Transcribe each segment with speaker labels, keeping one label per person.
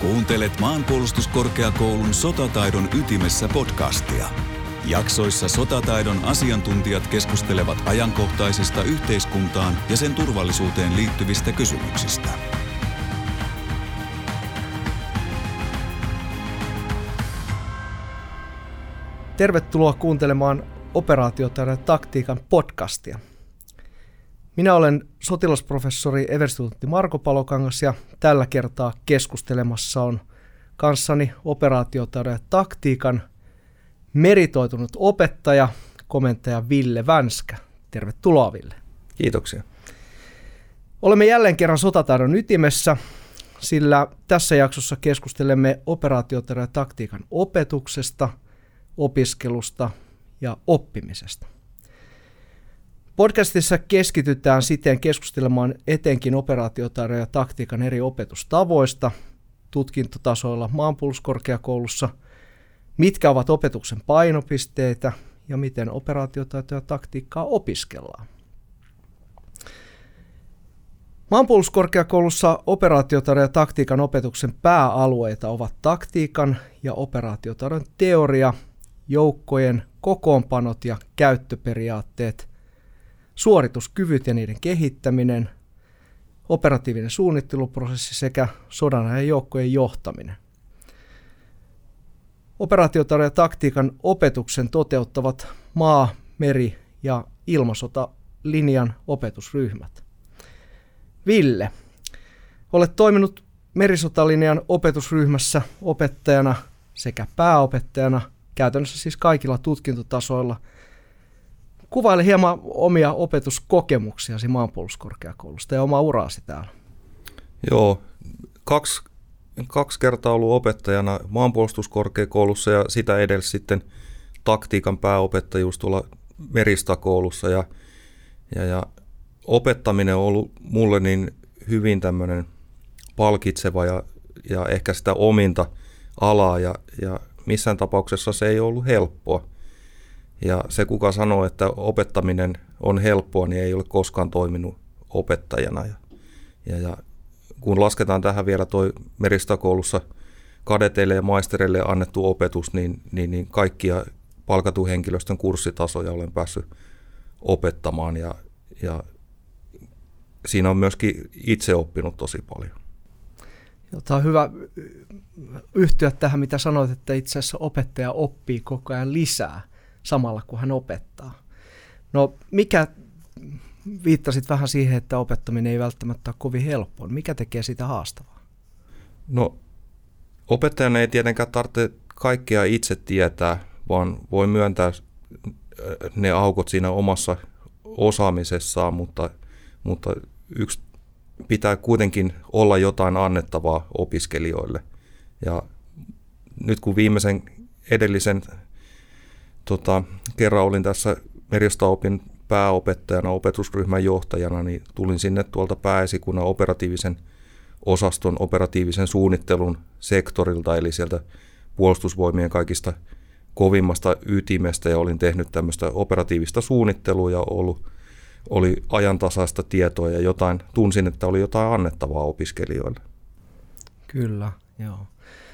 Speaker 1: Kuuntelet Maanpuolustuskorkeakoulun Sotataidon ytimessä podcastia. Jaksoissa sotataidon asiantuntijat keskustelevat ajankohtaisista yhteiskuntaan ja sen turvallisuuteen liittyvistä kysymyksistä.
Speaker 2: Tervetuloa kuuntelemaan Operaatiotaidon taktiikan podcastia. Minä olen sotilasprofessori everstiluutnantti Marko Palokangas ja tällä kertaa keskustelemassa on kanssani operaatiotaidon taktiikan meritoitunut opettaja, komentaja Ville Vänskä. Tervetuloa, Ville.
Speaker 3: Kiitoksia.
Speaker 2: Olemme jälleen kerran sotataidon ytimessä, sillä tässä jaksossa keskustelemme operaatiotaidon taktiikan opetuksesta, opiskelusta ja oppimisesta. Podcastissa keskitytään siten keskustelemaan etenkin operaatiotaidon ja taktiikan eri opetustavoista tutkintotasoilla maanpuolustuskorkeakoulussa, mitkä ovat opetuksen painopisteitä ja miten operaatiotaitoa ja taktiikkaa opiskellaan. Maanpuolustuskorkeakoulussa operaatiotaidon ja taktiikan opetuksen pääalueita ovat taktiikan ja operaatiotaidon teoria, joukkojen kokoonpanot ja käyttöperiaatteet, suorituskyvyt ja niiden kehittäminen, operatiivinen suunnitteluprosessi sekä sodanajan joukkojen johtaminen. Operaatiotaidon ja taktiikan opetuksen toteuttavat maa-, meri- ja ilmasotalinjan opetusryhmät. Ville, olet toiminut merisotalinjan opetusryhmässä opettajana sekä pääopettajana, käytännössä siis kaikilla tutkintotasoilla. Kuvaile hieman omia opetuskokemuksiasi maanpuolustuskorkeakoulusta ja omaa uraasi täällä.
Speaker 3: Joo, kaksi kertaa ollut opettajana maanpuolustuskorkeakoulussa ja sitä edelleen sitten taktiikan pääopettajuus tuolla Meristakoulussa. Ja opettaminen on ollut mulle niin hyvin tämmöinen palkitseva ja ehkä sitä ominta alaa ja missään tapauksessa se ei ollut helppoa. Ja se, kuka sanoo, että opettaminen on helppoa, niin ei ole koskaan toiminut opettajana. Ja kun lasketaan tähän vielä tuo Meristakoulussa kadeteille ja maistereille annettu opetus, niin kaikkia palkatun henkilöstön kurssitasoja olen päässyt opettamaan. Ja siinä on myöskin itse oppinut tosi paljon.
Speaker 2: Tämä on hyvä yhtyä tähän, mitä sanoit, että itse asiassa opettaja oppii koko ajan lisää samalla, kun hän opettaa. No, viittasit vähän siihen, että opettaminen ei välttämättä ole kovin helppoa. Mikä tekee sitä haastavaa?
Speaker 3: No, opettajan ei tietenkään tarvitse kaikkea itse tietää, vaan voi myöntää ne aukot siinä omassa osaamisessaan, mutta yksi pitää kuitenkin olla jotain annettavaa opiskelijoille. Ja nyt kun edellisen kerran olin tässä Meristaopin pääopettajana, opetusryhmän johtajana, niin tulin sinne tuolta pääesikunnan operatiivisen osaston operatiivisen suunnittelun sektorilta, eli sieltä puolustusvoimien kaikista kovimmasta ytimestä, ja olin tehnyt tämmöistä operatiivista suunnittelua ja oli ajantasaista tietoa ja tunsin, että oli jotain annettavaa opiskelijoille.
Speaker 2: Kyllä, joo.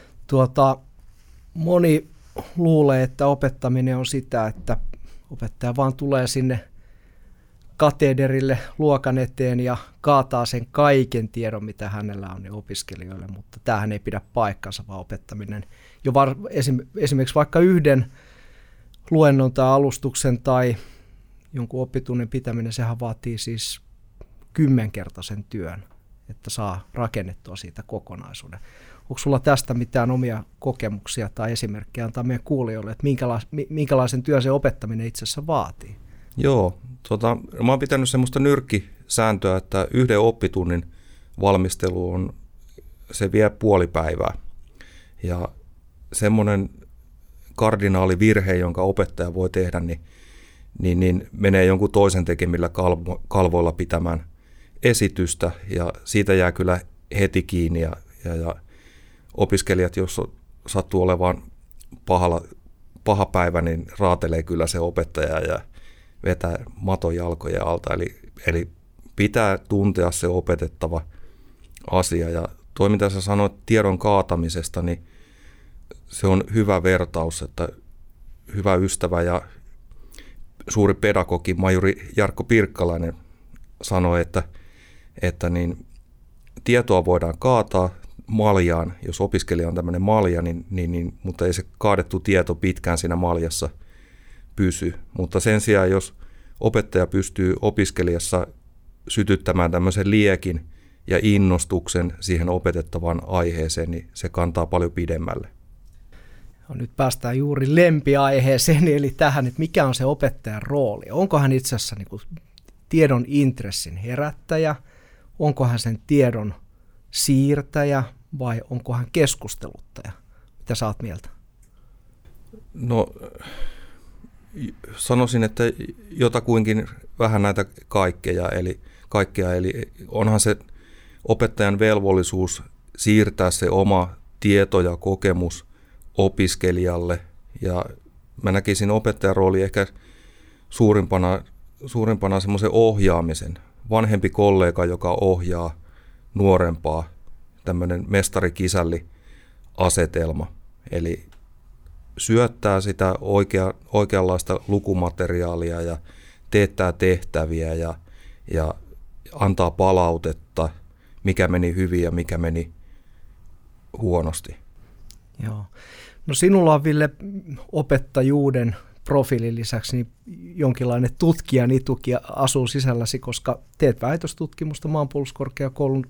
Speaker 2: Moni luulee, että opettaminen on sitä, että opettaja vaan tulee sinne katederille luokan eteen ja kaataa sen kaiken tiedon, mitä hänellä on opiskelijoille, mutta tämähän ei pidä paikkansa, vaan opettaminen jo esimerkiksi vaikka yhden luennon tai alustuksen tai jonkun oppitunnin pitäminen, sehän vaatii siis 10-kertaisen työn, että saa rakennettua siitä kokonaisuuden. Onko sulla tästä mitään omia kokemuksia tai esimerkkejä antaa meidän kuulijoille, että minkälaisen työn se opettaminen itse asiassa vaatii?
Speaker 3: Joo, mä oon pitänyt semmoista nyrkkisääntöä, että yhden oppitunnin valmistelu se vie puoli päivää. Ja semmoinen kardinaalivirhe, jonka opettaja voi tehdä, niin menee jonkun toisen tekemillä kalvoilla pitämään esitystä, ja siitä jää kyllä heti kiinni, ja opiskelijat, jos sattuu olemaan paha päivä, niin raatelee kyllä se opettaja ja vetää maton jalkojen alta. Eli pitää tuntea se opetettava asia, ja toi mitä sä sanoit tiedon kaatamisesta, niin se on hyvä vertaus, että hyvä ystävä ja suuri pedagogi majuri Jarkko Pirkkalainen sanoi, että niin tietoa voidaan kaataa maljaan, jos opiskelija on tämmöinen malja, mutta ei se kaadettu tieto pitkään siinä maljassa pysy. Mutta sen sijaan, jos opettaja pystyy opiskelijassa sytyttämään tämmöisen liekin ja innostuksen siihen opetettavaan aiheeseen, niin se kantaa paljon pidemmälle.
Speaker 2: No, nyt päästään juuri lempiaiheeseen, eli tähän, että mikä on se opettajan rooli. Onko hän itse asiassa niin kuin tiedon intressin herättäjä, onko hän sen tiedon siirtäjä vai onko hän keskusteluttaja? Mitä sä oot mieltä?
Speaker 3: No sanoisin, että jotakuinkin vähän näitä kaikkea, eli onhan se opettajan velvollisuus siirtää se oma tieto ja kokemus opiskelijalle, ja mä näkisin opettajan rooli ehkä suurimpana semmoisen ohjaamisen. Vanhempi kollega, joka ohjaa nuorempaa, tämmöinen mestari-kisälli-asetelma, eli syöttää sitä oikeanlaista lukumateriaalia ja teettää tehtäviä ja antaa palautetta, mikä meni hyvin ja mikä meni huonosti.
Speaker 2: Joo. No sinulla on, Ville, opettajuuden profiilin lisäksi niin jonkinlainen tutkijan ituki asuu sisälläsi, koska teet väitöstutkimusta Maanpuolustuskorkeakoulun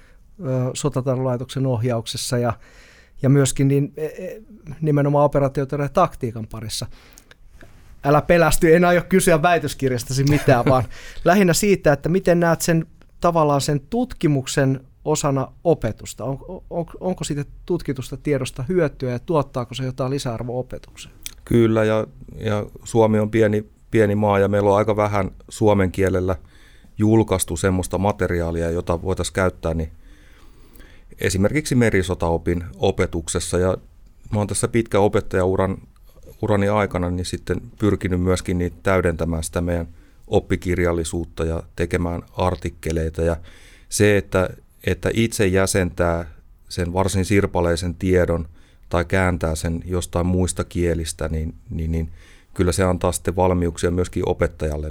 Speaker 2: Sotataidon ohjauksessa ja myöskin niin, nimenomaan operaatioiden ja taktiikan parissa. Älä pelästy, en aio kysyä väitöskirjastasi mitään, vaan lähinnä siitä, että miten näet sen tavallaan sen tutkimuksen osana opetusta. Onko siitä tutkitusta tiedosta hyötyä ja tuottaako se jotain lisäarvoa opetukseen?
Speaker 3: Kyllä, ja Suomi on pieni maa ja meillä on aika vähän suomen kielellä julkaistu semmoista materiaalia, jota voitaisiin käyttää niin esimerkiksi merisotaopin opetuksessa. Ja mä oon tässä pitkän opettajaurani aikana niin sitten pyrkinyt myöskin niin täydentämään sitä meidän oppikirjallisuutta ja tekemään artikkeleita. Ja se, että itse jäsentää sen varsin sirpaleisen tiedon tai kääntää sen jostain muista kielistä, niin kyllä se antaa sitten valmiuksia myöskin opettajalle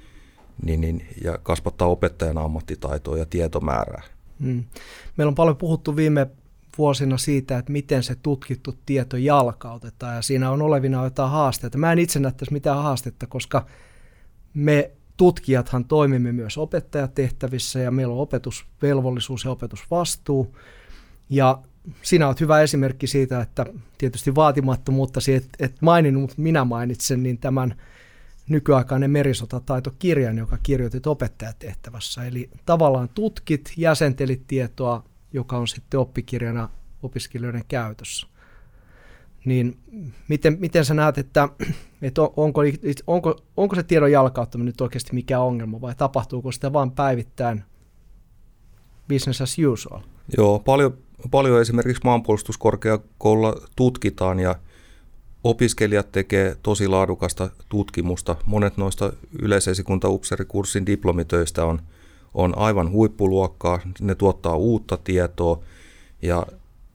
Speaker 3: ja kasvattaa opettajan ammattitaitoa ja tietomäärää.
Speaker 2: Meillä on paljon puhuttu viime vuosina siitä, että miten se tutkittu tieto jalkautetaan, ja siinä on olevina jotain haasteita. Mä en itse näe tässä mitään haastetta, koska me tutkijathan toimimme myös opettajatehtävissä, ja meillä on opetusvelvollisuus ja opetusvastuu, ja sinä olet hyvä esimerkki siitä, että tietysti vaatimattomuutta, et maininnut, mutta minä mainitsen, niin tämän nykyaikainen merisotataitokirjan, joka kirjoitit opettajatehtävässä. Eli tavallaan tutkit, jäsentelit tietoa, joka on sitten oppikirjana opiskelijoiden käytössä. Niin miten sä näet, että onko se tiedon jalkauttaminen nyt oikeasti mikä ongelma, vai tapahtuuko sitä vain päivittäin business as usual?
Speaker 3: Joo, paljon esimerkiksi Maanpuolustuskorkeakoululla tutkitaan ja opiskelijat tekee tosi laadukasta tutkimusta. Monet noista yleisesikuntaupseerikurssin diplomitöistä on aivan huippuluokkaa. Ne tuottaa uutta tietoa ja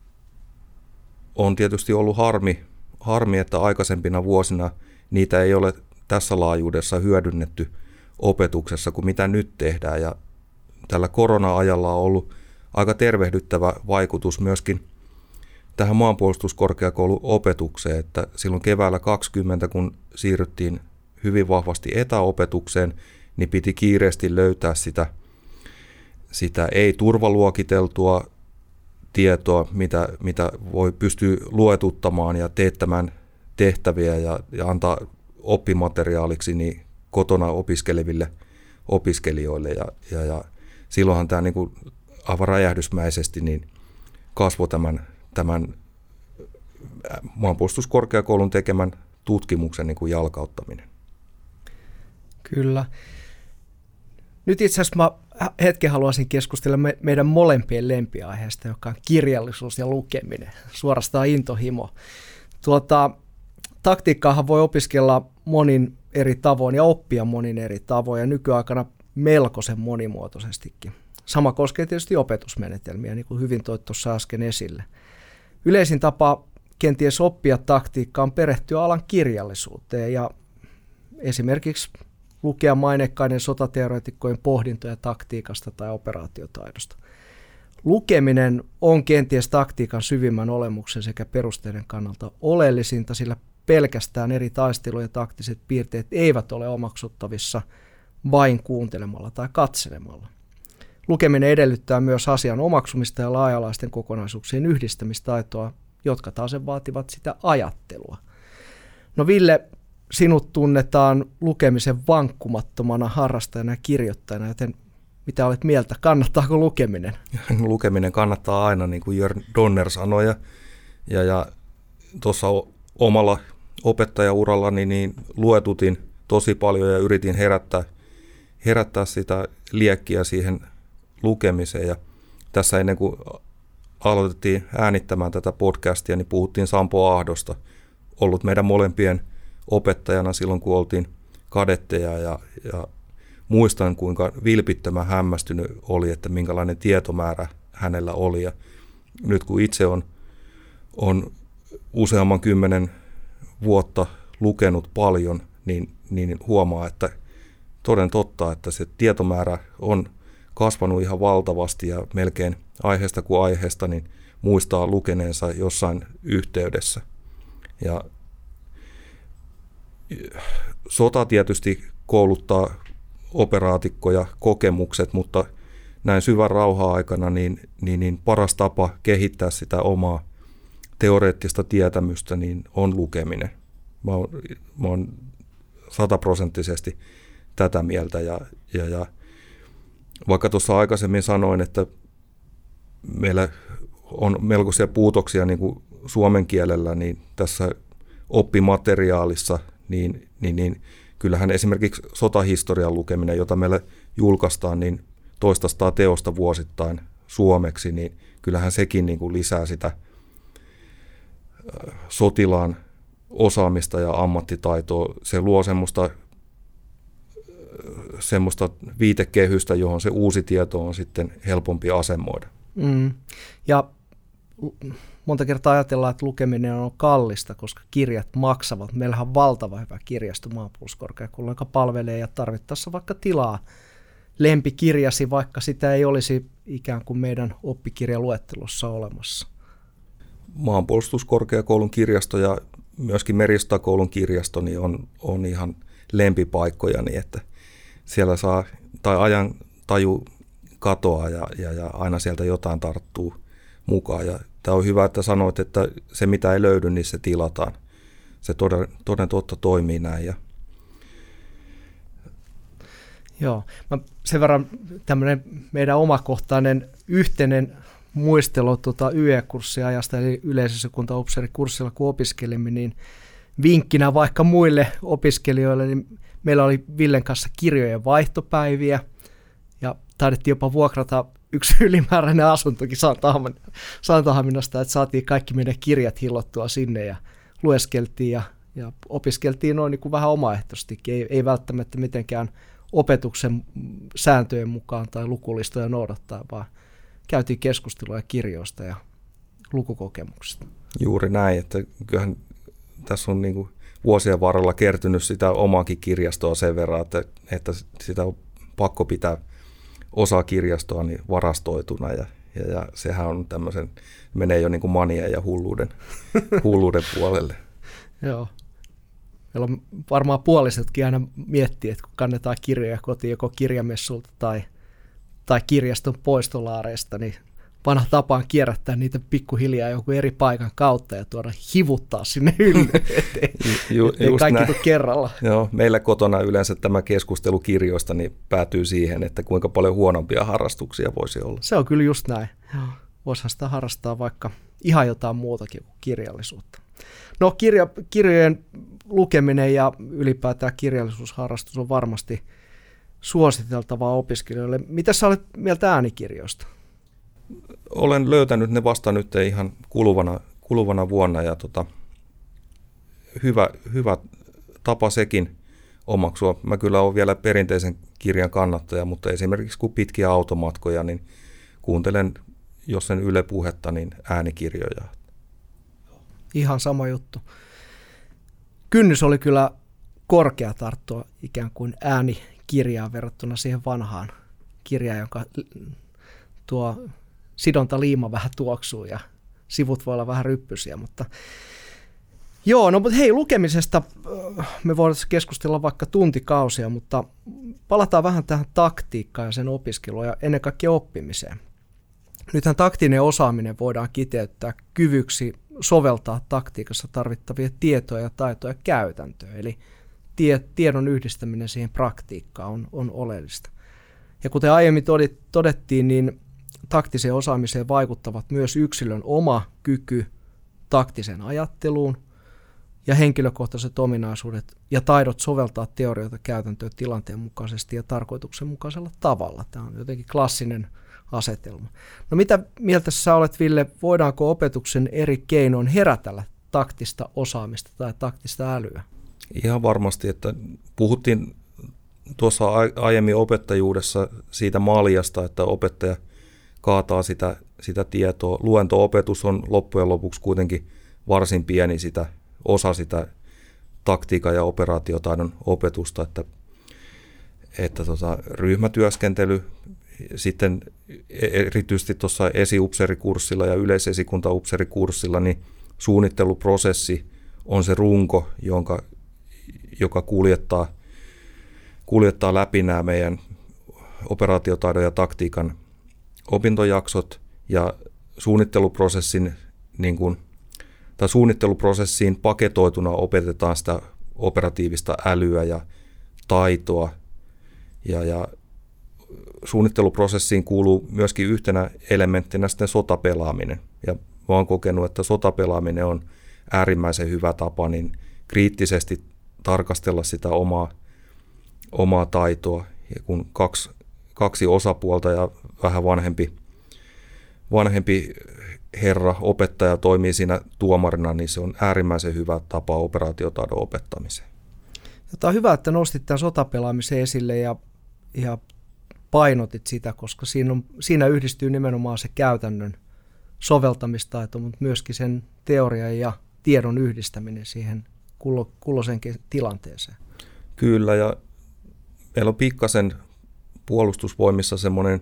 Speaker 3: on tietysti ollut harmi, että aikaisempina vuosina niitä ei ole tässä laajuudessa hyödynnetty opetuksessa kuin mitä nyt tehdään. Ja tällä korona-ajalla on ollut aika tervehdyttävä vaikutus myöskin tähän Maanpuolustuskorkeakoulun opetukseen, että silloin keväällä 2020, kun siirryttiin hyvin vahvasti etäopetukseen, niin piti kiireesti löytää sitä ei-turvaluokiteltua tietoa, mitä voi pystyä luetuttamaan ja teettämään tehtäviä ja antaa oppimateriaaliksi niin kotona opiskeleville opiskelijoille. Ja silloinhan tämä niin kuin aivan räjähdysmäisesti niin kasvoi tämän Maanpuolustuskorkeakoulun tekemän tutkimuksen niin kuin jalkauttaminen.
Speaker 2: Kyllä. Nyt itse asiassa mä hetken haluaisin keskustella meidän molempien lempiaiheesta, joka on kirjallisuus ja lukeminen, suorastaan intohimo. Taktiikkaahan voi opiskella monin eri tavoin ja oppia monin eri tavoin, ja nykyaikana melkoisen monimuotoisestikin. Sama koskee tietysti opetusmenetelmiä, niin kuin hyvin toit tuossa äsken esille. Yleisin tapa kenties oppia taktiikkaa on perehtyä alan kirjallisuuteen ja esimerkiksi lukea maineikkaiden sotateoreetikkojen pohdintoja taktiikasta tai operaatiotaidosta. Lukeminen on kenties taktiikan syvimmän olemuksen sekä perusteiden kannalta oleellisinta, sillä pelkästään eri taistelujen ja taktiset piirteet eivät ole omaksuttavissa vain kuuntelemalla tai katselemalla. Lukeminen edellyttää myös asian omaksumista ja laaja-alaisten kokonaisuuksien yhdistämistaitoa, jotka taas vaativat sitä ajattelua. No Ville, sinut tunnetaan lukemisen vankkumattomana harrastajana ja kirjoittajana, joten mitä olet mieltä? Kannattaako lukeminen?
Speaker 3: Lukeminen kannattaa aina, niin kuin Jörn Donner sanoi. Ja tuossa omalla opettajaurallani niin luetutin tosi paljon ja yritin herättää sitä liekkiä siihen lukemiseen. Ja tässä ennen kuin aloitettiin äänittämään tätä podcastia, niin puhuttiin Sampo Ahdosta, ollut meidän molempien opettajana silloin, kun oltiin kadetteja ja muistan, kuinka vilpittömän hämmästynyt oli, että minkälainen tietomäärä hänellä oli. Ja nyt kun itse on useamman 10 vuotta lukenut paljon, niin huomaa, että toden totta, että se tietomäärä on kasvanut ihan valtavasti ja melkein aiheesta kuin aiheesta niin muistaa lukeneensa jossain yhteydessä. Ja sota tietysti kouluttaa operaatikkoja kokemukset, mutta näin syvän rauha-aikana niin paras tapa kehittää sitä omaa teoreettista tietämystä niin on lukeminen. Mä oon 100% tätä mieltä ja vaikka tuossa aikaisemmin sanoin, että meillä on melkoisia puutoksia niin kuin suomen kielellä, niin tässä oppimateriaalissa niin kyllähän esimerkiksi sotahistorian lukeminen, jota meillä julkaistaan niin 200 teosta vuosittain suomeksi, niin kyllähän sekin niin kuin lisää sitä sotilaan osaamista ja ammattitaitoa. Se luo semmoista viitekehystä, johon se uusi tieto on sitten helpompi asemoida.
Speaker 2: Ja monta kertaa ajatellaan, että lukeminen on kallista, koska kirjat maksavat. Meillähän on valtava hyvä kirjasto Maanpuolustuskorkeakoululla, joka palvelee ja tarvittaessa vaikka tilaa lempikirjasi, vaikka sitä ei olisi ikään kuin meidän oppikirjaluettelossa olemassa.
Speaker 3: Maanpuolustuskorkeakoulun kirjasto ja myöskin Merisotakoulun kirjasto niin on ihan lempipaikkoja, niin että siellä saa, tai ajan taju katoaa ja aina sieltä jotain tarttuu mukaan. Ja tämä on hyvä, että sanoit, että se mitä ei löydy, niin se tilataan. Se toden totta toimii näin.
Speaker 2: Joo, sen verran tämmöinen meidän omakohtainen yhteinen muistelu YE-kurssiajasta, eli yleisökuntaupseerikurssilla kun opiskelimme, niin vinkkinä vaikka muille opiskelijoille, niin meillä oli Villen kanssa kirjojen vaihtopäiviä ja taidettiin jopa vuokrata yksi ylimääräinen asuntokin Santahaminasta, että saatiin kaikki meidän kirjat hillottua sinne ja lueskeltiin ja opiskeltiin noin niin kuin vähän omaehtoisestikin, ei välttämättä mitenkään opetuksen sääntöjen mukaan tai lukulistoja noudattaa, vaan käytiin keskustelua kirjoista ja lukukokemuksista.
Speaker 3: Juuri näin, että kyllähän tässä on niin kuin vuosien varrella kertynyt sitä omaakin kirjastoa sen verran, että sitä on pakko pitää osa kirjastoa niin varastoituna ja sehän on tämmöisen, menee jo niin kuin manien ja hulluuden puolelle.
Speaker 2: Joo. Meillä on varmaan puolisetkin aina miettii, että kun kannetaan kirjoja kotiin joko kirjamessulta tai kirjaston poistolaareista, niin vanha tapa on kierrättää niitä pikkuhiljaa joku eri paikan kautta ja tuoda hivuttaa sinne hyllyyn, ettei kaikki tule kerralla.
Speaker 3: Joo, meillä kotona yleensä tämä keskustelu kirjoista niin päätyy siihen, että kuinka paljon huonompia harrastuksia voisi olla.
Speaker 2: Se on kyllä just näin. Voisihan sitä harrastaa vaikka ihan jotain muutakin kuin kirjallisuutta. No kirjojen lukeminen ja ylipäätään kirjallisuusharrastus on varmasti suositeltavaa opiskelijoille. Mitä sä olet mieltä äänikirjoista?
Speaker 3: Olen löytänyt ne vasta nyt ihan kuluvana vuonna ja hyvä tapa sekin omaksua. Mä kyllä olen vielä perinteisen kirjan kannattaja, mutta esimerkiksi kun pitkiä automatkoja, niin kuuntelen, jos sen Yle Puhetta, niin äänikirjoja.
Speaker 2: Ihan sama juttu. Kynnys oli kyllä korkea tarttua ikään kuin äänikirjaan verrattuna siihen vanhaan kirjaan, jonka tuo sidontaliima vähän tuoksuu ja sivut voi olla vähän ryppysiä, mutta joo, no mutta hei, lukemisesta me voidaan keskustella vaikka tuntikausia, mutta palataan vähän tähän taktiikkaan ja sen opiskeluun ja ennen kaikkea oppimiseen. Nythän taktinen osaaminen voidaan kiteyttää kyvyksi soveltaa taktiikassa tarvittavia tietoja ja taitoja käytäntöön, eli tiedon yhdistäminen siihen praktiikkaan on oleellista. Ja kuten aiemmin todettiin, niin taktiseen osaamiseen vaikuttavat myös yksilön oma kyky taktiseen ajatteluun ja henkilökohtaiset ominaisuudet ja taidot soveltaa teorioita käytäntöön tilanteen mukaisesti ja tarkoituksenmukaisella tavalla. Tämä on jotenkin klassinen asetelma. No mitä mieltä sä olet, Ville, voidaanko opetuksen eri keinoin herätellä taktista osaamista tai taktista älyä?
Speaker 3: Ihan varmasti, että puhuttiin tuossa aiemmin opettajuudessa siitä maljasta, että opettaja kaataa sitä tietoa. Luento-opetus on loppujen lopuksi kuitenkin varsin pieni osa sitä taktiikan ja operaatiotaidon opetusta, että ryhmätyöskentely sitten erityisesti tuossa esiupseerikurssilla ja yleisesikuntaupseerikurssilla, niin suunnitteluprosessi on se runko, joka kuljettaa läpi nämä meidän operaatiotaidon ja taktiikan opintojaksot, ja suunnitteluprosessiin paketoituna opetetaan sitä operatiivista älyä ja taitoa, ja suunnitteluprosessiin kuuluu myöskin yhtenä elementtinä sitten sotapelaaminen, ja mä oon kokenut, että sotapelaaminen on äärimmäisen hyvä tapa niin kriittisesti tarkastella sitä omaa taitoa, ja kun kaksi osapuolta ja vähän vanhempi herra, opettaja toimii siinä tuomarina, niin se on äärimmäisen hyvä tapa operaatiotaidon opettamiseen.
Speaker 2: Tämä on hyvä, että nostit tämän sotapelaamisen esille ja painotit sitä, koska siinä yhdistyy nimenomaan se käytännön soveltamistaito, mutta myöskin sen teorian ja tiedon yhdistäminen siihen kulloisenkin tilanteeseen.
Speaker 3: Kyllä, ja meillä on pikkasen puolustusvoimissa semmoinen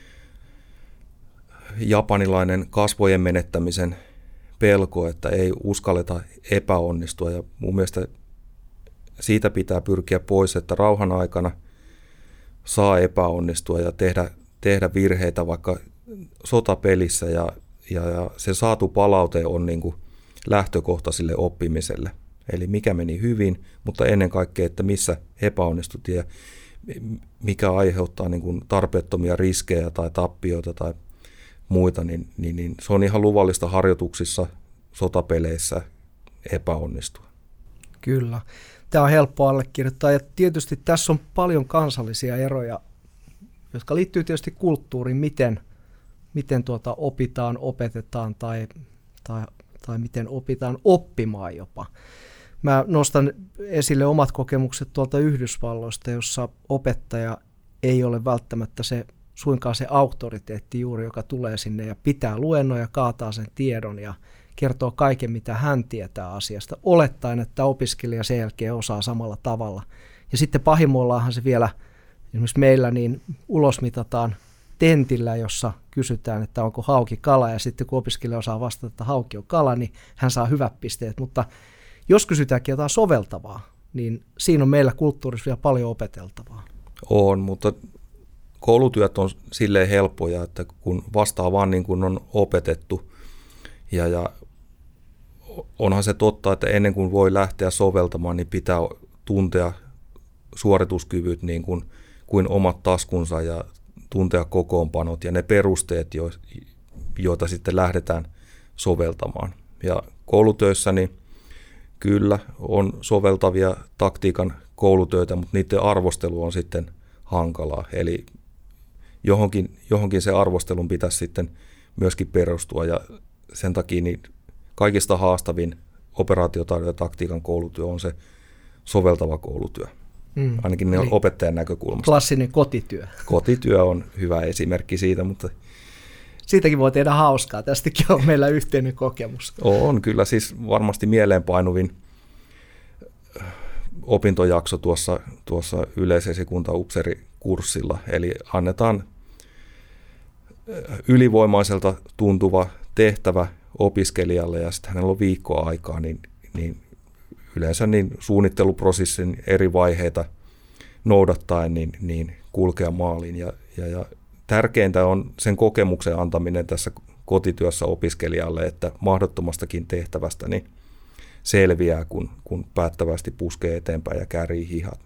Speaker 3: japanilainen kasvojen menettämisen pelko, että ei uskalleta epäonnistua, ja mun mielestä siitä pitää pyrkiä pois, että rauhan aikana saa epäonnistua ja tehdä virheitä vaikka sotapelissä, ja se saatu palaute on niin kuin lähtökohta sille oppimiselle. Eli mikä meni hyvin, mutta ennen kaikkea, että missä epäonnistuttiin ja mikä aiheuttaa niin kuin tarpeettomia riskejä tai tappioita tai muita, niin se on ihan luvallista harjoituksissa, sotapeleissä epäonnistua.
Speaker 2: Kyllä. Tämä on helppo allekirjoittaa, ja tietysti tässä on paljon kansallisia eroja, jotka liittyy tietysti kulttuuriin, miten opitaan, opetetaan tai miten opitaan oppimaan jopa. Mä nostan esille omat kokemukset tuolta Yhdysvalloista, jossa opettaja ei ole välttämättä suinkaan se auktoriteetti juuri, joka tulee sinne ja pitää luennoja, kaataa sen tiedon ja kertoo kaiken, mitä hän tietää asiasta, olettaen, että opiskelija sen jälkeen osaa samalla tavalla. Ja sitten pahimmoillaanhan se vielä, esimerkiksi meillä, niin ulosmitataan tentillä, jossa kysytään, että onko hauki kala, ja sitten kun opiskelija osaa vastata, että hauki on kala, niin hän saa hyvät pisteet. Mutta jos kysytäänkin jotain soveltavaa, niin siinä on meillä kulttuurissa vielä paljon opeteltavaa.
Speaker 3: On, mutta koulutyöt on silleen helppoja, että kun vastaa vaan niin kuin on opetettu, ja onhan se totta, että ennen kuin voi lähteä soveltamaan, niin pitää tuntea suorituskyvyt niin kuin omat taskunsa ja tuntea kokoonpanot ja ne perusteet, joita sitten lähdetään soveltamaan. Ja koulutöissä niin kyllä on soveltavia taktiikan koulutöitä, mutta niiden arvostelu on sitten hankalaa. Eli johonkin se arvostelun pitäisi sitten myöskin perustua, ja sen takia niin kaikista haastavin operaatiotaidon ja taktiikan koulutyö on se soveltava koulutyö. ainakin eli opettajan näkökulmasta.
Speaker 2: Klassinen kotityö.
Speaker 3: Kotityö on hyvä esimerkki siitä, mutta
Speaker 2: siitäkin voi tehdä hauskaa. Tästäkin on meillä yhteinen kokemus.
Speaker 3: On kyllä siis varmasti mieleenpainuvin opintojakso tuossa yleisesikunta-upseerikurssilla. Eli annetaan ylivoimaiselta tuntuva tehtävä opiskelijalle ja sitten hänellä on viikkoa aikaa, niin yleensä niin suunnitteluprosessin eri vaiheita noudattaen niin kulkea maaliin. Ja tärkeintä on sen kokemuksen antaminen tässä kotityössä opiskelijalle, että mahdottomastakin tehtävästä niin selviää, kun päättävästi puskee eteenpäin ja käärii hihat.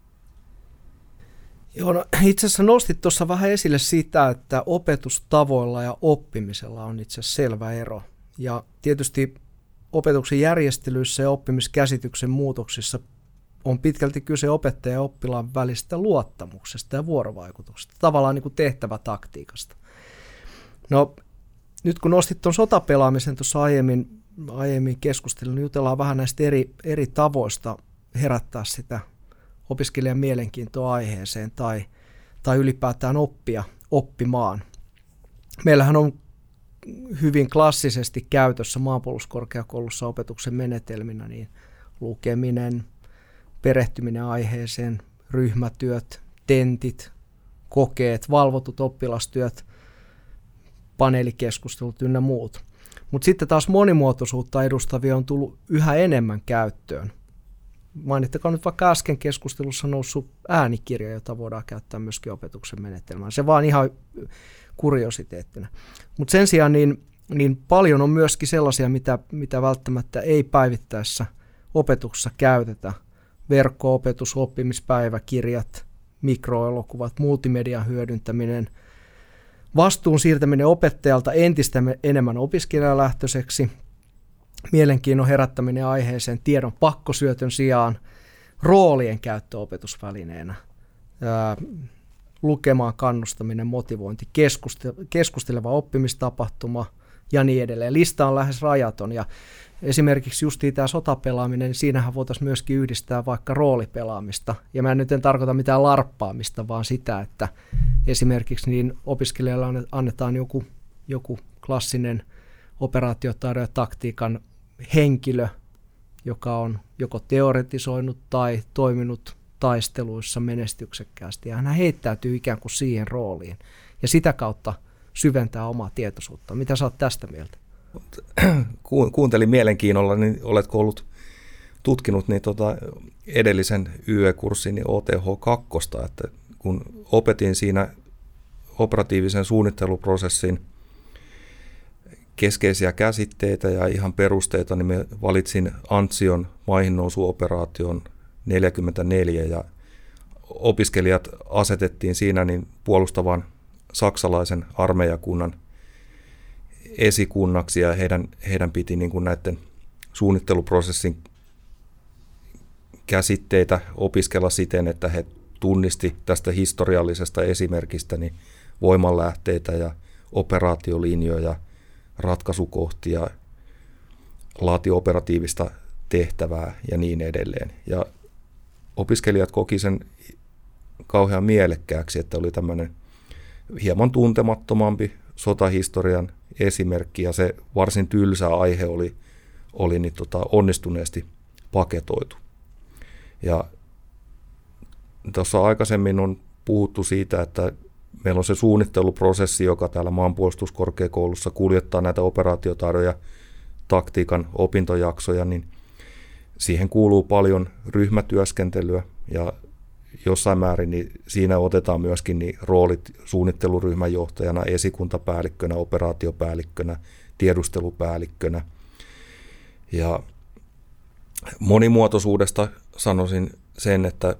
Speaker 2: Joo, no, itse asiassa nostit tuossa vähän esille sitä, että opetustavoilla ja oppimisella on itse asiassa selvä ero. Ja tietysti opetuksen järjestelyissä ja oppimiskäsityksen muutoksissa on pitkälti kyse opettajan ja oppilaan välisestä luottamuksesta ja vuorovaikutuksesta, tavallaan niin kuin tehtävätaktiikasta. No, nyt kun nostit tuon sotapelaamisen tuossa aiemmin keskustelun, niin jutellaan vähän näistä eri tavoista herättää sitä opiskelijan mielenkiintoa aiheeseen tai ylipäätään oppimaan. Meillähän on hyvin klassisesti käytössä maanpuolustuskorkeakoulussa opetuksen menetelminä niin lukeminen, perehtyminen aiheeseen, ryhmätyöt, tentit, kokeet, valvotut oppilastyöt, paneelikeskustelut ynnä muut. Mutta sitten taas monimuotoisuutta edustavia on tullut yhä enemmän käyttöön. Mainittakaa nyt vaikka äsken keskustelussa noussut äänikirja, jota voidaan käyttää myöskin opetuksen menetelmään. Se vaan ihan kuriositeettina. Mutta sen sijaan niin paljon on myöskin sellaisia, mitä välttämättä ei päivittäisessä opetuksessa käytetä. Verkko-opetus, oppimispäiväkirjat, mikroelokuvat, multimedian hyödyntäminen, vastuun siirtäminen opettajalta entistä enemmän opiskelijalähtöiseksi, mielenkiinnon herättäminen aiheeseen tiedon pakkosyötön sijaan, roolien käyttö opetusvälineenä, lukemaan kannustaminen, motivointi, keskusteleva oppimistapahtuma ja niin edelleen. Lista on lähes rajaton ja esimerkiksi justiin tämä sotapelaaminen, niin siinähän voitaisiin myöskin yhdistää vaikka roolipelaamista. Ja mä nyt en tarkoita mitään larppaamista, vaan sitä, että esimerkiksi niin opiskelijalle annetaan joku klassinen operaatiotaidon ja taktiikan henkilö, joka on joko teoretisoinut tai toiminut taisteluissa menestyksekkäästi. Ja hän heittäytyy ikään kuin siihen rooliin ja sitä kautta syventää omaa tietoisuutta. Mitä sä oot tästä mieltä?
Speaker 3: Kuuntelin mielenkiinnolla, niin oletko ollut tutkinut niin edellisen YE-kurssin niin OTH2, että kun opetin siinä operatiivisen suunnitteluprosessin keskeisiä käsitteitä ja ihan perusteita, niin me valitsin Antsion maihinnousuoperaation 44 ja opiskelijat asetettiin siinä niin puolustavan saksalaisen armeijakunnan esikunnaksi ja heidän piti niin kuin näiden suunnitteluprosessin käsitteitä opiskella siten, että he tunnisti tästä historiallisesta esimerkistä niin voimanlähteitä ja operaatiolinjoja, ratkaisukohtia, laati operatiivista tehtävää ja niin edelleen. Ja opiskelijat koki sen kauhean mielekkääksi, että oli tämmöinen hieman tuntemattomampi sotahistorian esimerkki ja se varsin tylsä aihe oli niin onnistuneesti paketoitu. Ja tuossa aikaisemmin on puhuttu siitä, että meillä on se suunnitteluprosessi, joka täällä maanpuolustuskorkeakoulussa kuljettaa näitä operaatiotaidon ja taktiikan opintojaksoja, niin siihen kuuluu paljon ryhmätyöskentelyä ja jossain määrin niin siinä otetaan myöskin niin roolit suunnitteluryhmän johtajana, esikuntapäällikkönä, operaatiopäällikkönä, tiedustelupäällikkönä. Ja monimuotoisuudesta sanoisin sen, että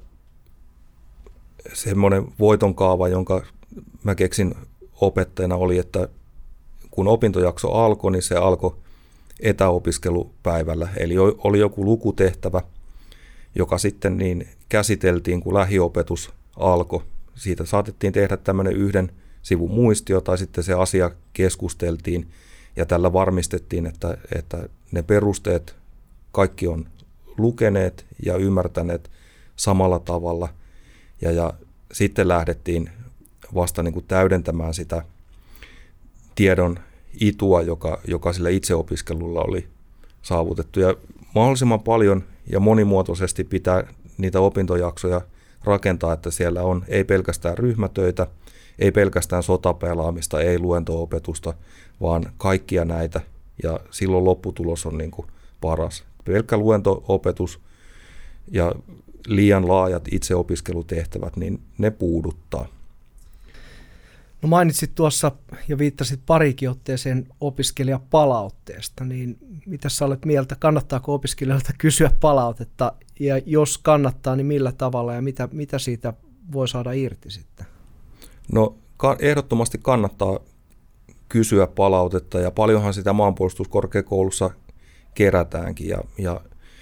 Speaker 3: semmoinen voitonkaava, jonka mä keksin opettajana oli, että kun opintojakso alkoi, niin se alkoi etäopiskelupäivällä. Eli oli joku lukutehtävä, joka sitten niin käsiteltiin, kun lähiopetus alkoi. Siitä saatettiin tehdä tämmöinen yhden sivun muistio tai sitten se asia keskusteltiin ja tällä varmistettiin, että ne perusteet kaikki on lukeneet ja ymmärtäneet samalla tavalla. Ja sitten lähdettiin vasta niin kuin täydentämään sitä tiedon itua, joka sillä itseopiskelulla oli saavutettu. Ja mahdollisimman paljon ja monimuotoisesti pitää niitä opintojaksoja rakentaa, että siellä on ei pelkästään ryhmätöitä, ei pelkästään sotapelaamista, ei luento-opetusta, vaan kaikkia näitä. Ja silloin lopputulos on niin kuin paras. Pelkkä luento-opetus ja liian laajat itseopiskelutehtävät, niin ne puuduttaa.
Speaker 2: No mainitsit tuossa ja viittasit parikin otteeseen opiskelijapalautteesta, niin mitä sä olet mieltä, kannattaako opiskelijoilta kysyä palautetta, ja jos kannattaa, niin millä tavalla ja mitä siitä voi saada irti sitten?
Speaker 3: No ehdottomasti kannattaa kysyä palautetta, ja paljonhan sitä maanpuolustuskorkeakoulussa kerätäänkin, ja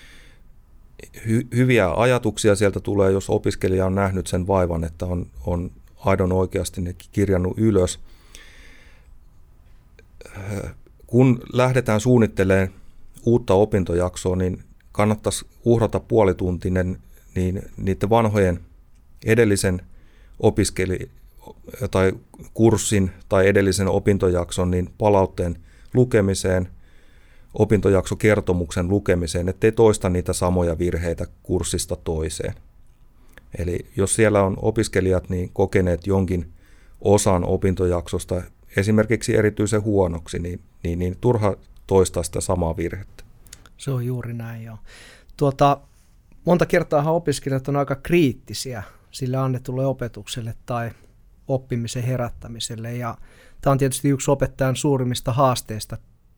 Speaker 3: hyviä ajatuksia sieltä tulee, jos opiskelija on nähnyt sen vaivan, että on aidon oikeasti ne kirjannut ylös. Kun lähdetään suunnittelemaan uutta opintojaksoa, niin kannattaisi uhrata puolituntinen niiden vanhojen edellisen tai kurssin tai edellisen opintojakson niin palautteen lukemiseen, opintojaksokertomuksen lukemiseen, ettei toista niitä samoja virheitä kurssista toiseen. Eli jos siellä on opiskelijat niin kokeneet jonkin osan opintojaksosta esimerkiksi erityisen huonoksi, niin turha toistaa sitä samaa virhettä.
Speaker 2: Se on juuri näin, joo. Monta kertaa opiskelijat on aika kriittisiä sille annetulle opetukselle tai oppimisen herättämiselle, ja tämä on tietysti yksi opettajan suurimmista haasteista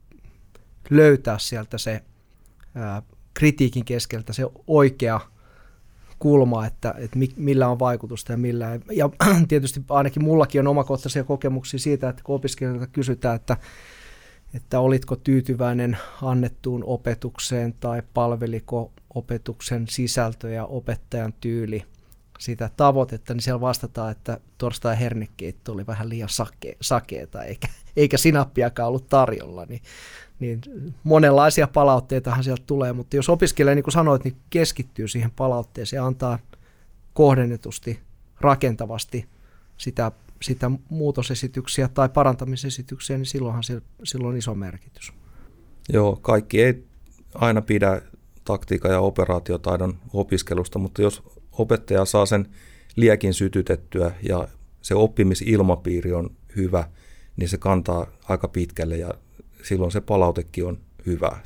Speaker 2: löytää sieltä se kritiikin keskeltä se oikea kulma, että millä on vaikutusta ja millä ei. Ja tietysti ainakin mullakin on omakohtaisia kokemuksia siitä, että kun opiskelijoilta kysytään, että olitko tyytyväinen annettuun opetukseen tai palveliko opetuksen sisältö ja opettajan tyyli sitä tavoitetta, niin siellä vastataan, että torstai hernekeitto oli vähän liian sakeeta eikä sinappiakaan ollut tarjolla, niin monenlaisia palautteitahan sieltä tulee, mutta jos opiskelija, niin kuin sanoit, niin keskittyy siihen palautteeseen ja antaa kohdennetusti, rakentavasti sitä muutosesityksiä tai parantamisesityksiä, niin silloinhan silloin on iso merkitys.
Speaker 3: Joo, kaikki ei aina pidä taktiikan ja operaatiotaidon opiskelusta, mutta jos opettaja saa sen liekin sytytettyä ja se oppimisilmapiiri on hyvä, niin se kantaa aika pitkälle ja silloin se palautekin on hyvä.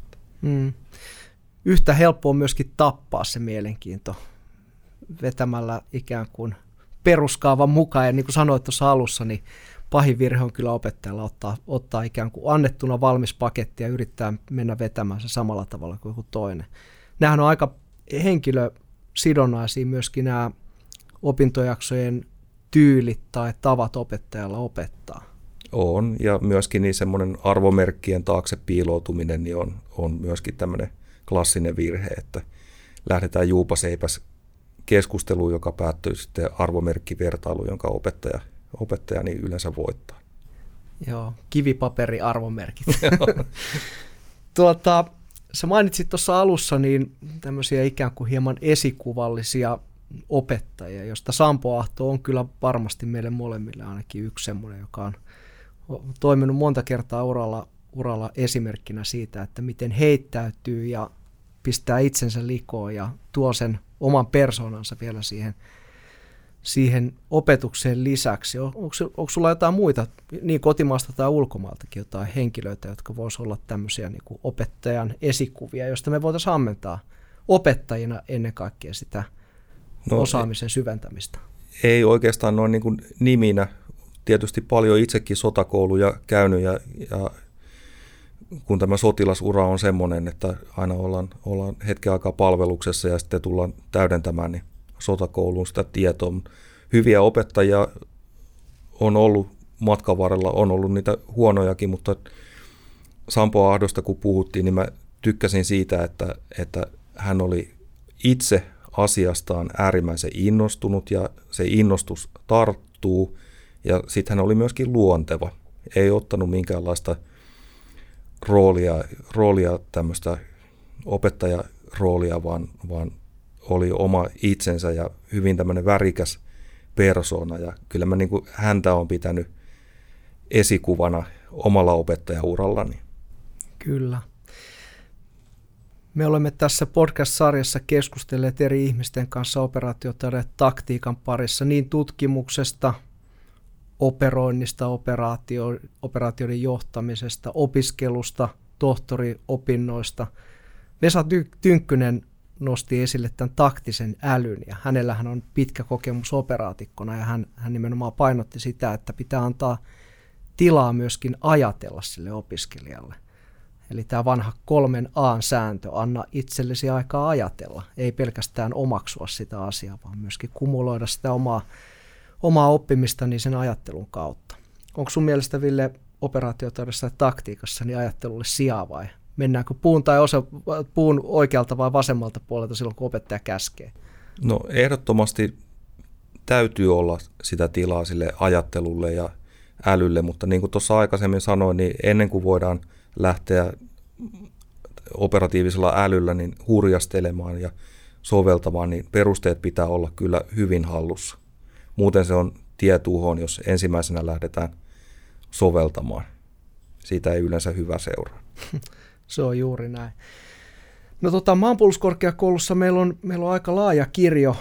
Speaker 2: Yhtä helppoa on myöskin tappaa se mielenkiinto vetämällä ikään kuin peruskaavan mukaan. Ja niin kuin sanoit tuossa alussa, niin pahin virhe on kyllä opettajalla ottaa ikään kuin annettuna valmis paketti ja yrittää mennä vetämään se samalla tavalla kuin joku toinen. Nämähän on aika henkilösidonnaisia myöskin nämä opintojaksojen tyylit tai tavat opettajalla opettaa.
Speaker 3: On, ja myöskin niin semmoinen arvomerkkien taakse piiloutuminen niin on myöskin tämmöinen klassinen virhe, että lähdetään juupaseipäs keskusteluun, joka päättyy sitten arvomerkkivertailuun, jonka opettaja niin yleensä voittaa.
Speaker 2: Joo, kivipaperi arvomerkit. Sä mainitsit tuossa alussa niin tämmöisiä ikään kuin hieman esikuvallisia opettajia, josta Sampo Ahto on kyllä varmasti meille molemmille ainakin yksi semmoinen, joka on toiminut monta kertaa uralla esimerkkinä siitä, että miten heittäytyy ja pistää itsensä likoon ja tuo sen oman persoonansa vielä siihen opetukseen lisäksi. Onko sulla jotain muita, niin kotimaasta tai ulkomaaltakin jotain henkilöitä, jotka voisivat olla tämmöisiä niin kuin opettajan esikuvia, joista me voitaisiin ammentaa opettajina ennen kaikkea sitä osaamisen syventämistä?
Speaker 3: Ei oikeastaan noin niin kuin niminä. Tietysti paljon itsekin sotakouluja käynyt ja kun tämä sotilasura on semmoinen, että aina ollaan hetken aikaa palveluksessa ja sitten tullaan täydentämään niin sotakouluun sitä tietoa. Hyviä opettajia on ollut matkan varrella, on ollut niitä huonojakin, mutta Sampo Ahdosta kun puhuttiin, niin mä tykkäsin siitä, että hän oli itse asiastaan äärimmäisen innostunut ja se innostus tarttuu ja sitten hän oli myöskin luonteva. Ei ottanut minkäänlaista roolia tämmöistä opettajaroolia, vaan oli oma itsensä ja hyvin tämmöinen värikäs persoona. Ja kyllä mä niin kuin häntä olen pitänyt esikuvana omalla opettajaurallani.
Speaker 2: Kyllä. Me olemme tässä podcast-sarjassa keskustelleet eri ihmisten kanssa operaatiotaidon taktiikan parissa niin tutkimuksesta, operoinnista, operaatioiden johtamisesta, opiskelusta, tohtoriopinnoista. Vesa Tynkkynen nosti esille tämän taktisen älyn ja hänellähän on pitkä kokemus operaatikkona ja hän nimenomaan painotti sitä, että pitää antaa tilaa myöskin ajatella sille opiskelijalle. Eli tämä vanha 3A-sääntö, anna itsellesi aikaa ajatella, ei pelkästään omaksua sitä asiaa, vaan myöskin kumuloida sitä omaa oppimista niin sen ajattelun kautta. Onko sun mielestä, Ville, operaatiotaidossa ja taktiikassa niin ajattelulle sijaa vai mennäänkö puun oikealta vai vasemmalta puolelta silloin, kun opettaja käskee?
Speaker 3: No ehdottomasti täytyy olla sitä tilaa sille ajattelulle ja älylle, mutta niin kuin tuossa aikaisemmin sanoin, niin ennen kuin voidaan lähteä operatiivisella älyllä niin hurjastelemaan ja soveltamaan, niin perusteet pitää olla kyllä hyvin hallussa. Muuten se on tie tuhoon, jos ensimmäisenä lähdetään soveltamaan. Siitä ei yleensä hyvä seuraa.
Speaker 2: Se on juuri näin. No Maanpuolustuskorkeakoulussa meillä on aika laaja kirjo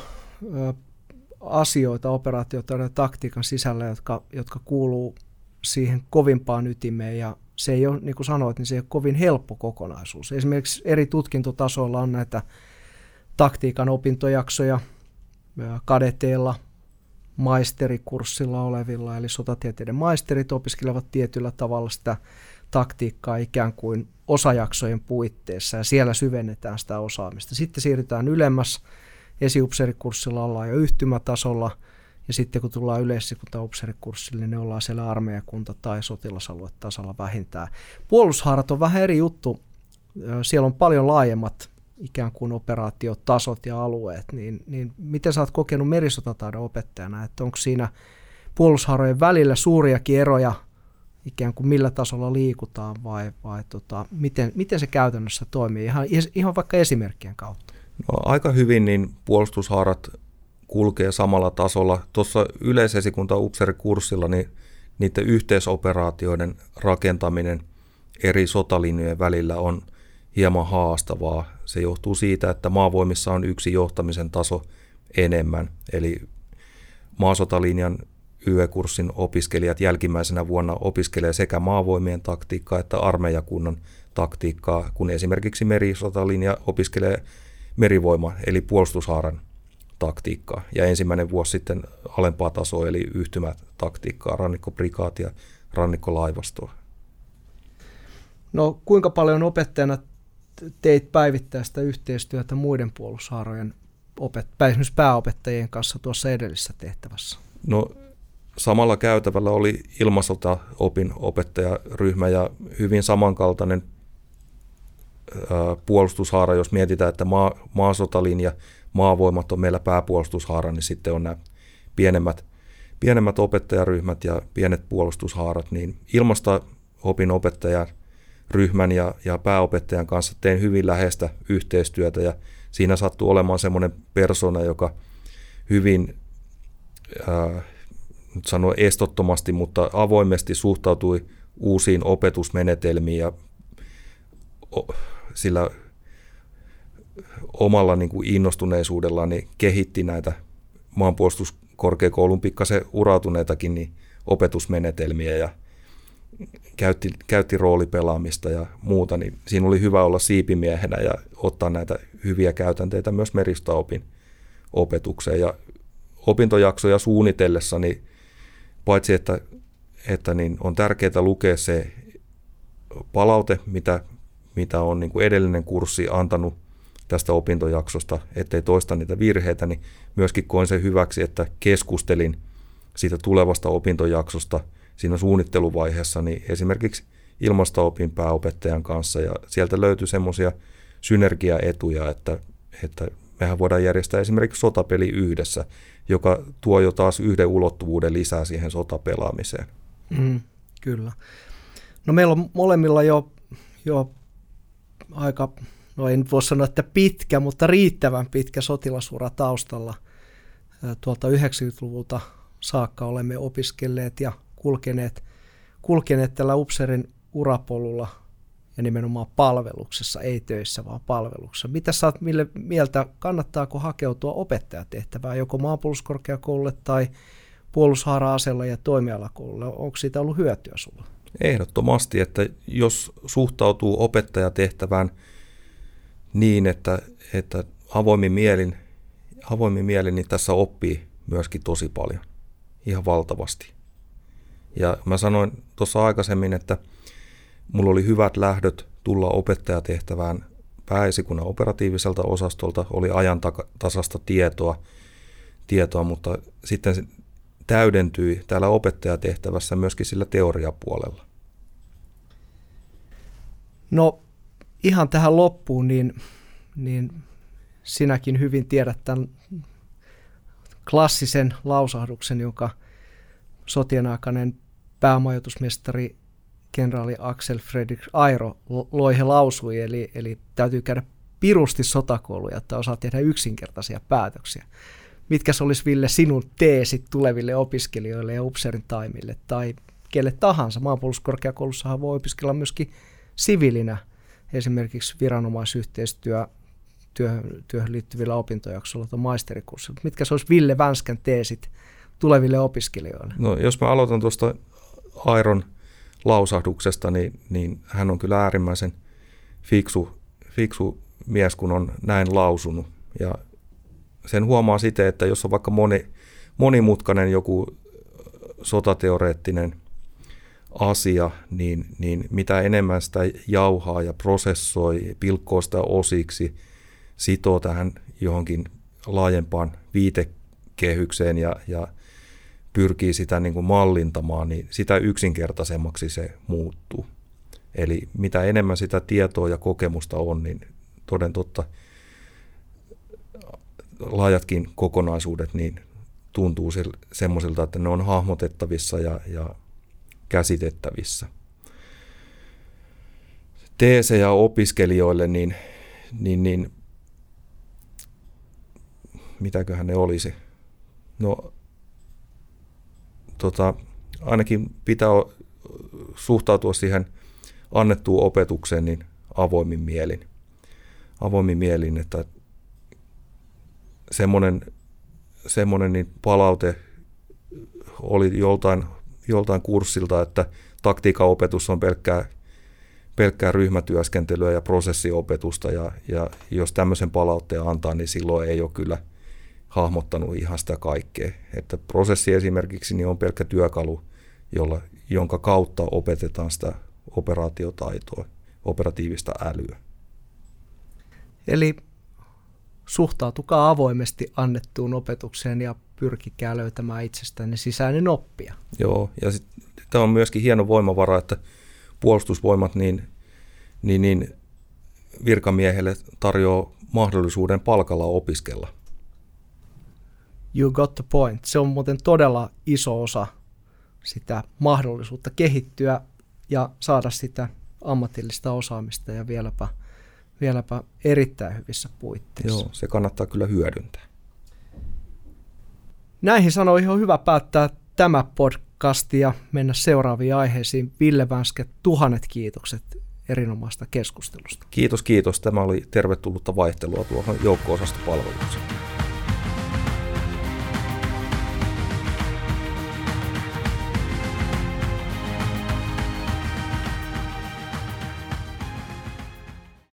Speaker 2: asioita operaatiotaidon ja taktiikan sisällä, jotka kuuluu siihen kovimpaan ytimeen ja se ei ole, niin kuin sanoit, niin se ei ole kovin helppo kokonaisuus. Esimerkiksi eri tutkintotasoilla on näitä taktiikan opintojaksoja kadeteilla, maisterikurssilla olevilla, eli sotatieteiden maisterit opiskelevat tietyllä tavalla sitä taktiikkaa ikään kuin osajaksojen puitteissa, ja siellä syvennetään sitä osaamista. Sitten siirrytään ylemmäs, esiupseerikurssilla ollaan jo yhtymätasolla, ja sitten kun tullaan yleisesikuntaupseerikurssille, niin ne ollaan siellä armeijakunta- tai sotilasaluetasolla vähintään. Puolustushaarat on vähän eri juttu. Siellä on paljon laajemmat ikään kuin operaatiotasot ja alueet. Niin miten sä oot kokenut merisotataidon opettajana? Että onko siinä puolustushaarojen välillä suuriakin eroja, ikään kuin millä tasolla liikutaan vai miten se käytännössä toimii? Ihan vaikka esimerkkien kautta.
Speaker 3: No, aika hyvin niin puolustushaarat kulkee samalla tasolla. Tuossa yleisesikunta-upseerikurssilla niin niiden yhteisoperaatioiden rakentaminen eri sotalinjojen välillä on hieman haastavaa. Se johtuu siitä, että maavoimissa on yksi johtamisen taso enemmän. Eli maasotalinjan YE-kurssin opiskelijat jälkimmäisenä vuonna opiskelee sekä maavoimien taktiikkaa että armeijakunnan taktiikkaa, kun esimerkiksi merisotalinja opiskelee merivoima eli puolustushaaran taktiikkaa. Ja ensimmäinen vuosi sitten alempaa tasoa eli yhtymätaktiikkaa, rannikkoprikaatia, rannikkolaivastoa.
Speaker 2: No kuinka paljon opettajana teit päivittäistä yhteistyötä muiden puolustushaarojen esimerkiksi pääopettajien kanssa tuossa edellisessä tehtävässä?
Speaker 3: No samalla käytävällä oli ilmasotaopin opettajaryhmä ja hyvin samankaltainen puolustushaara, jos mietitään, että maasotalinja, maavoimat on meillä pääpuolustushaara, niin sitten on nämä pienemmät opettajaryhmät ja pienet puolustushaarat, niin ilmasto-opin opettajaryhmän ja pääopettajan kanssa tein hyvin läheistä yhteistyötä ja siinä sattui olemaan semmoinen persona, joka hyvin nyt sanon estottomasti, mutta avoimesti suhtautui uusiin opetusmenetelmiin ja sillä omalla niin kuin innostuneisuudellaan niin kehitti näitä maanpuolustuskorkeakoulun pikkasen urautuneitakin niin opetusmenetelmiä ja käytti roolipelaamista ja muuta, niin siinä oli hyvä olla siipimiehenä ja ottaa näitä hyviä käytänteitä myös meristoopin opetukseen. Ja opintojaksoja suunnitellessa, niin paitsi että niin on tärkeää lukea se palaute, mitä on niin kuin edellinen kurssi antanut tästä opintojaksosta, ettei toista niitä virheitä, niin myöskin koin sen hyväksi, että keskustelin siitä tulevasta opintojaksosta siinä suunnitteluvaiheessa niin esimerkiksi ilmasto-opin pääopettajan kanssa, ja sieltä löytyi semmoisia synergiaetuja, että mehän voidaan järjestää esimerkiksi sotapeli yhdessä, joka tuo jo taas yhden ulottuvuuden lisää siihen sotapelaamiseen.
Speaker 2: Kyllä. No meillä on molemmilla jo aika no en voi sanoa, että pitkä, mutta riittävän pitkä sotilasura taustalla. Tuolta 90-luvulta saakka olemme opiskelleet ja kulkeneet tällä upseerin urapolulla ja nimenomaan palveluksessa, ei töissä, vaan palveluksessa. Mitä sä oot mieltä, kannattaako hakeutua opettajatehtävään joko maanpuolustuskorkeakoululle tai puolustushaara-aseella ja toimialakoululle? Onko siitä ollut hyötyä sulla?
Speaker 3: Ehdottomasti, että jos suhtautuu opettajatehtävään niin, että avoimin mielin, niin tässä oppii myöskin tosi paljon, ihan valtavasti. Ja mä sanoin tuossa aikaisemmin, että mulla oli hyvät lähdöt tulla opettajatehtävään pääesikunnan operatiiviselta osastolta, oli ajantasasta tietoa, mutta sitten se täydentyi täällä opettajatehtävässä myöskin sillä teoriapuolella.
Speaker 2: No ihan tähän loppuun, niin sinäkin hyvin tiedät tämän klassisen lausahduksen, jonka sotien aikainen päämajoitusmestari kenraali Axel Fredrik Airo Loihe lausui, eli täytyy käydä pirusti sotakouluja, että osaa tehdä yksinkertaisia päätöksiä. Mitkä se olisi, Ville, sinun teesit tuleville opiskelijoille ja upseerin taimille tai kelle tahansa? Maanpuolustuskorkeakoulussahan voi opiskella myöskin siviilinä, esimerkiksi viranomaisyhteistyöhön liittyvillä opintojaksoilla tai maisterikursseilla. Mitkä se olisi Ville Vänskän teesit tuleville opiskelijoille?
Speaker 3: No, jos mä aloitan tuosta Airon lausahduksesta, niin hän on kyllä äärimmäisen fiksu mies, kun on näin lausunut. Ja sen huomaa siten, että jos on vaikka monimutkainen joku sotateoreettinen asia, niin mitä enemmän sitä jauhaa ja prosessoi, pilkkoo sitä osiksi, sitoo tähän johonkin laajempaan viitekehykseen ja pyrkii sitä niin kuin mallintamaan, niin sitä yksinkertaisemmaksi se muuttuu. Eli mitä enemmän sitä tietoa ja kokemusta on, niin toden totta laajatkin kokonaisuudet niin tuntuu semmoisilta, että ne on hahmotettavissa ja käsitettävissä. Teesejä opiskelijoille, niin mitäköhän ne olisi? No, ainakin pitää suhtautua siihen annettuun opetukseen niin avoimin mielin, että semmoinen niin palaute oli joltain kurssilta, että taktiikan opetus on pelkkää ryhmätyöskentelyä ja prosessiopetusta, ja jos tämmöisen palautteen antaa, niin silloin ei ole kyllä hahmottanut ihan sitä kaikkea. Että prosessi esimerkiksi niin on pelkkä työkalu, jonka kautta opetetaan sitä operaatiotaitoa, operatiivista älyä. Eli
Speaker 2: suhtautukaa avoimesti annettuun opetukseen ja pyrkikää löytämään itsestänne sisäinen oppia.
Speaker 3: Joo, ja tämä on myöskin hieno voimavara, että puolustusvoimat niin virkamiehelle tarjoaa mahdollisuuden palkalla opiskella.
Speaker 2: You got the point. Se on muuten todella iso osa sitä mahdollisuutta kehittyä ja saada sitä ammatillista osaamista ja vieläpä erittäin hyvissä puitteissa.
Speaker 3: Joo, se kannattaa kyllä hyödyntää.
Speaker 2: Näihin sanoihin on hyvä päättää tämä podcast ja mennä seuraaviin aiheisiin. Ville Vänskä, 1000 kiitokset erinomaista keskustelusta.
Speaker 3: Kiitos. Tämä oli tervetullutta vaihtelua tuohon joukko-osastopalvelukseen.